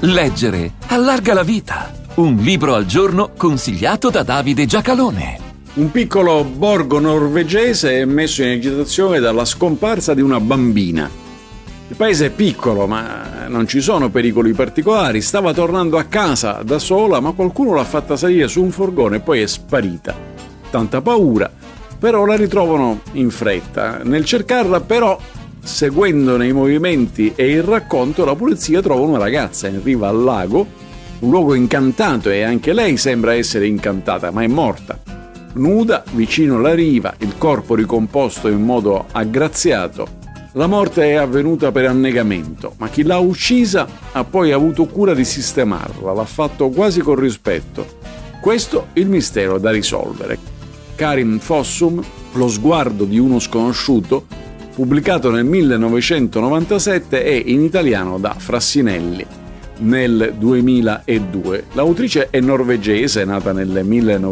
Leggere allarga la vita. Un libro al giorno consigliato da Davide Giacalone. Un piccolo borgo norvegese è messo in agitazione dalla scomparsa di una bambina. Il paese è piccolo, ma non ci sono pericoli particolari. Stava tornando a casa da sola, ma qualcuno l'ha fatta salire su un furgone e poi è sparita. Tanta paura, però la ritrovano in fretta. Nel cercarla, però, seguendone i movimenti e il racconto, la polizia trova una ragazza in riva al lago, un luogo incantato, e anche lei sembra essere incantata, ma è morta. Nuda, vicino alla riva, il corpo ricomposto in modo aggraziato. La morte è avvenuta per annegamento, ma chi l'ha uccisa ha poi avuto cura di sistemarla, l'ha fatto quasi con rispetto. Questo il mistero da risolvere. Karin Fossum, Lo sguardo di uno sconosciuto, pubblicato nel 1997 e in italiano da Frassinelli nel 2002. L'autrice è norvegese, nata nel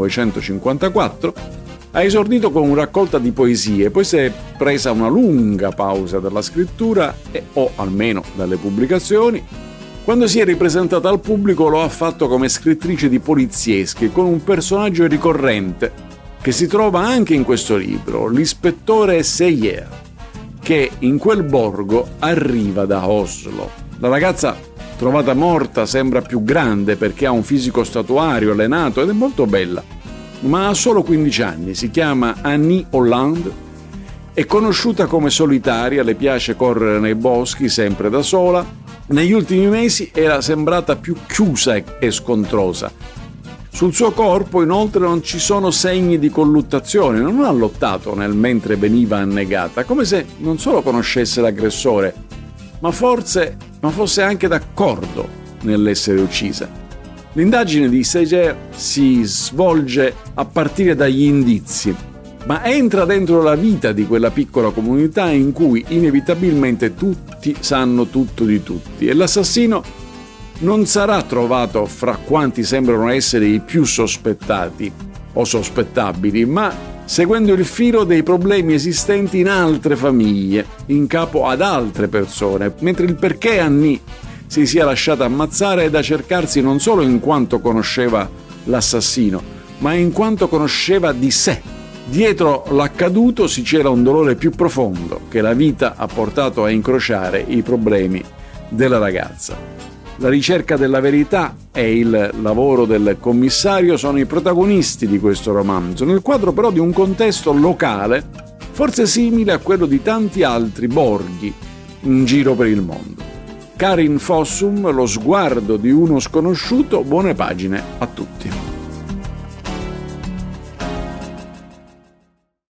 1954, ha esordito con una raccolta di poesie, poi si è presa una lunga pausa dalla scrittura o almeno dalle pubblicazioni. Quando si è ripresentata al pubblico lo ha fatto come scrittrice di polizieschi, con un personaggio ricorrente che si trova anche in questo libro, l'ispettore Seyer, che in quel borgo arriva da Oslo. La ragazza trovata morta sembra più grande perché ha un fisico statuario, allenato ed è molto bella, ma ha solo 15 anni, si chiama Annie Holland, è conosciuta come solitaria, le piace correre nei boschi sempre da sola. Negli ultimi mesi era sembrata più chiusa e scontrosa. Sul suo corpo inoltre non ci sono segni di colluttazione, non ha lottato mentre veniva annegata, come se non solo conoscesse l'aggressore, ma fosse anche d'accordo nell'essere uccisa. L'indagine di Seyer si svolge a partire dagli indizi, ma entra dentro la vita di quella piccola comunità in cui inevitabilmente tutti sanno tutto di tutti, e l'assassino non sarà trovato fra quanti sembrano essere i più sospettati o sospettabili, ma seguendo il filo dei problemi esistenti in altre famiglie, in capo ad altre persone, mentre il perché Annie si sia lasciata ammazzare è da cercarsi non solo in quanto conosceva l'assassino, ma in quanto conosceva di sé. Dietro l'accaduto si cela un dolore più profondo che la vita ha portato a incrociare i problemi della ragazza. La ricerca della verità e il lavoro del commissario sono i protagonisti di questo romanzo, nel quadro però di un contesto locale, forse simile a quello di tanti altri borghi in giro per il mondo. Karin Fossum, Lo sguardo di uno sconosciuto, buone pagine a tutti.